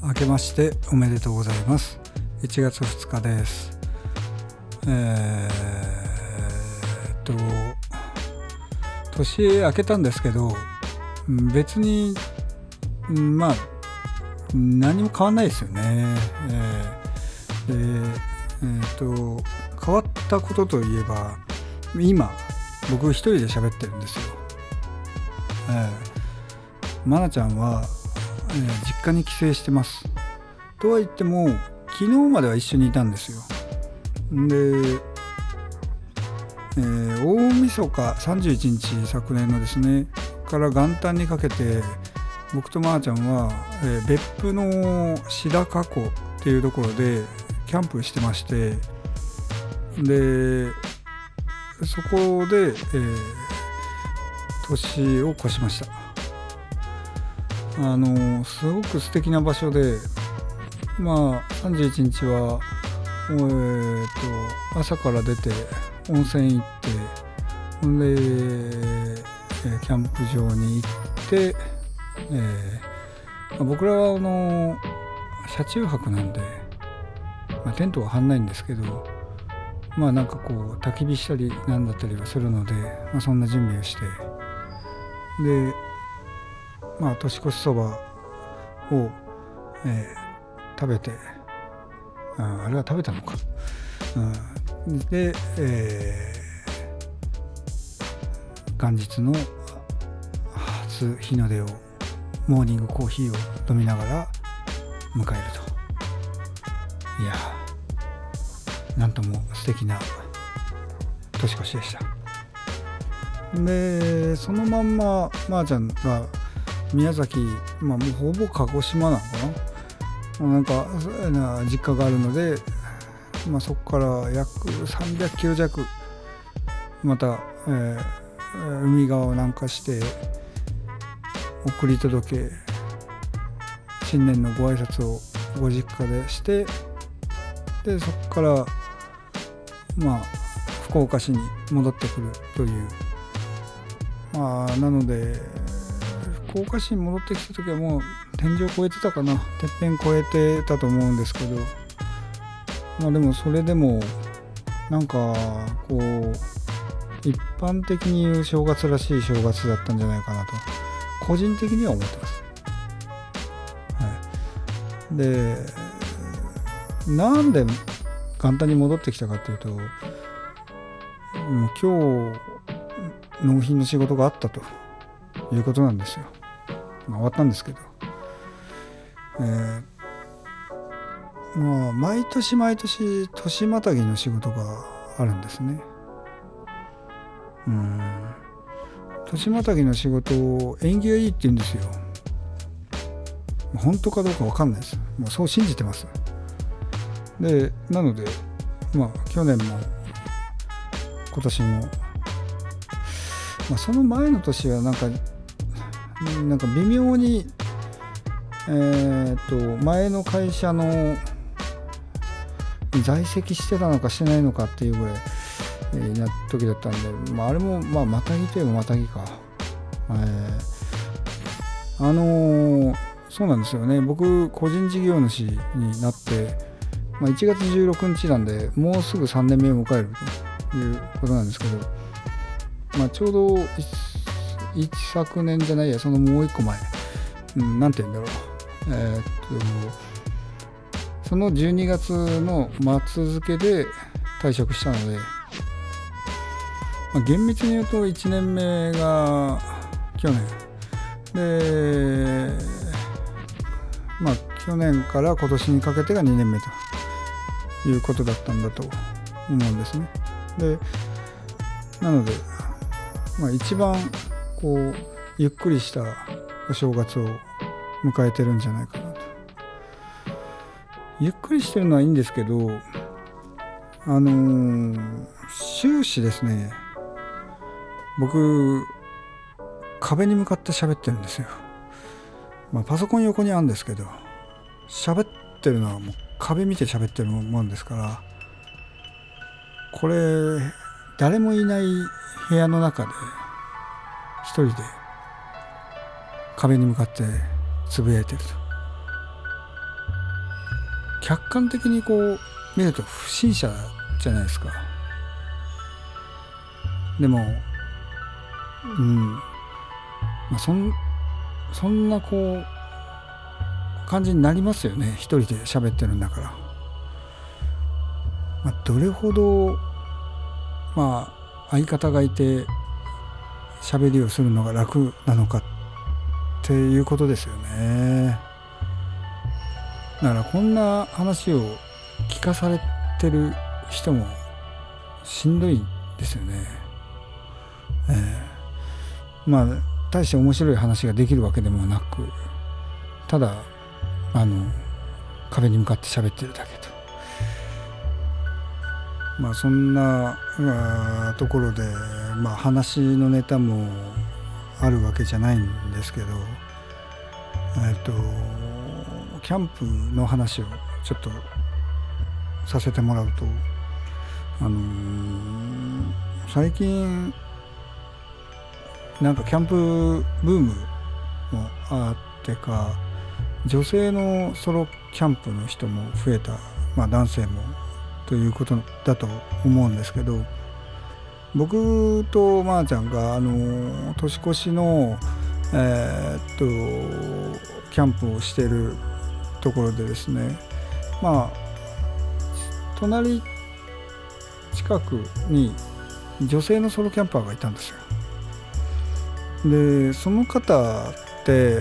明けましておめでとうございます。1月2日です。年明けたんですけど、別に何も変わんないですよね。変わったことといえば、今僕一人で喋ってるんですよ。まなちゃんは、実家に帰省してます。とは言っても昨日までは一緒にいたんですよ。で、大晦日31日昨年のですねから元旦にかけて、僕とまなちゃんは、別府の志田河湖っていうところでキャンプしてまして、でそこで、年を越しました。すごく素敵な場所で、31日は、朝から出て温泉行って、で、キャンプ場に行って、僕らは車中泊なんで、テントは張んないんですけど、なんかこう焚き火したりなんだったりはするので、そんな準備をして、で年越しそばを、食べて、あれは食べたのか、で、元日の初日の出をモーニングコーヒーを飲みながら迎えると、いやなんとも素敵な年越しでした。でそのまんままーちゃんが宮崎、もうほぼ鹿児島なのかな、なんか実家があるので、そこから約300キロ弱また、海側を南下して送り届け、新年のご挨拶をご実家でして、でそこから福岡市に戻ってくるという、なので福岡市に戻ってきた時はもう天井越えてたかな、てっぺん越えてたと思うんですけど、でもそれでもなんかこう一般的に言う正月らしい正月だったんじゃないかなと個人的には思ってます。でなんで元旦に戻ってきたかというと、もう今日納品の仕事があったということなんですよ。終わったんですけど、毎年年またぎの仕事があるんですね。年またぎの仕事を縁起がいいって言うんですよ。本当かどうか分かんないです。もうそう信じてます。でなので去年も今年も、その前の年はなんか微妙に前の会社の在籍してたのかしてないのかっていうぐらいな時だったんで、あれもまたぎといえばまたぎか。そうなんですよね。僕個人事業主になって、1月16日なんでもうすぐ3年目を迎えるということなんですけど、ちょうど一昨年じゃないや、そのもう一個前、なんて言うんだろう、その12月の末付けで退職したので、厳密に言うと1年目が去年で、去年から今年にかけてが2年目ということだったんだと思うんですね。でなので、一番こうゆっくりしたお正月を迎えてるんじゃないかなと。ゆっくりしてるのはいいんですけど、終始ですね、僕壁に向かって喋ってるんですよ。パソコン横にあるんですけど、喋ってるのはもう壁見て喋ってるもんですから、これ誰もいない部屋の中で一人で壁に向かってつぶやいてると客観的にこう見ると不審者じゃないですか。でもそんなこう感じになりますよね。一人で喋ってるんだから、どれほど相方がいて喋りをするのが楽なのかっていうことですよね。だからこんな話を聞かされてる人もしんどいですよね。大して面白い話ができるわけでもなく、ただ壁に向かって喋ってるだけと、そんなところで、話のネタもあるわけじゃないんですけど、キャンプの話をちょっとさせてもらうと、最近なんかキャンプブームもあってか、女性のソロキャンプの人も増えた、男性もということだと思うんですけど、僕とまーちゃんが年越しのキャンプをしているところでですね、隣近くに女性のソロキャンパーがいたんですよ。でその方って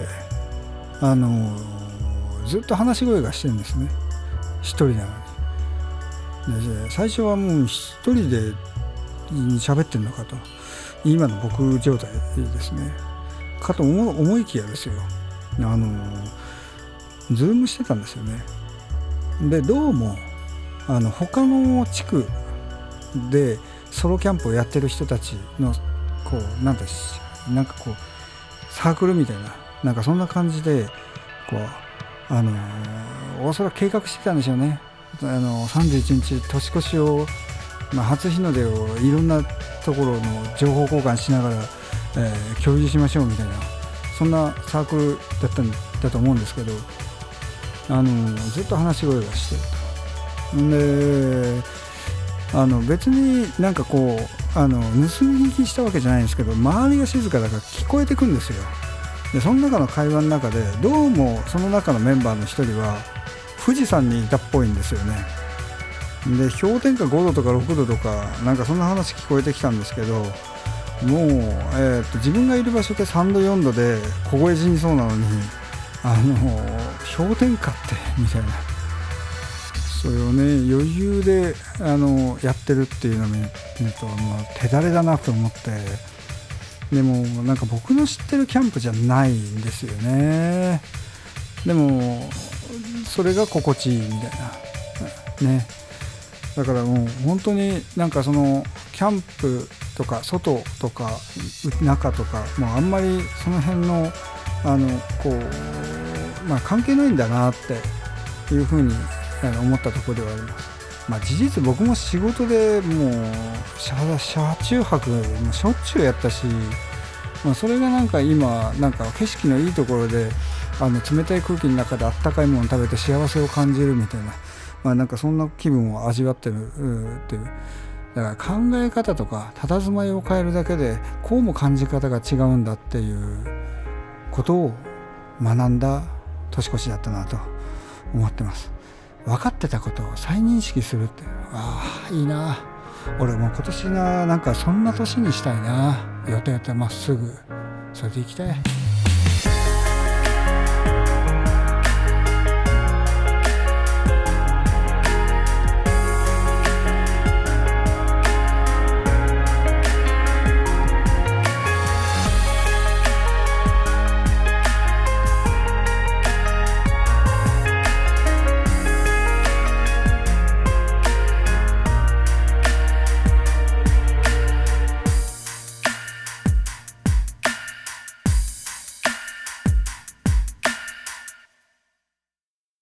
ずっと話し声がしてるんですね、一人なのに。で最初はもう一人で喋ってるのかと、今の僕状態ですねかと思いきやですよ、ズームしてたんですよね。でどうも他の地区でソロキャンプをやってる人たちのこうなんかこうサークルみたいな、そんな感じでこうおそらく計画してたんでしょうね。31日年越しを、初日の出をいろんなところの情報交換しながら、共有しましょうみたいな、そんなサークルだったんだと思うんですけど、ずっと話し声がしてると。で別にこう盗み聞きしたわけじゃないんですけど、周りが静かだから聞こえてくるんですよ。でその中の会話の中でどうもその中のメンバーの一人は富士山にいたっぽいんですよね。で氷点下5度とか6度とかそんな話聞こえてきたんですけど、もう、自分がいる場所で3度4度で凍え死にそうなのに氷点下ってみたいな、それをね余裕でやってるっていうのを見ると手だれだなと思って、でも僕の知ってるキャンプじゃないんですよね。でもそれが心地いいみたいなね。だからもう本当にそのキャンプとか外とか中とかもうあんまりその辺の関係ないんだなっていうふうに思ったところではあります。事実僕も仕事でもう車中泊もしょっちゅうやったし、それが今景色のいいところで冷たい空気の中であったかいものを食べて幸せを感じるみたいな、そんな気分を味わってるっていう。だから考え方とか佇まいを変えるだけでこうも感じ方が違うんだっていうことを学んだ年越しだったなと思ってます。分かってたことを再認識するって、いいな。俺もう今年そんな年にしたいな。予定まっすぐそれでいきたい。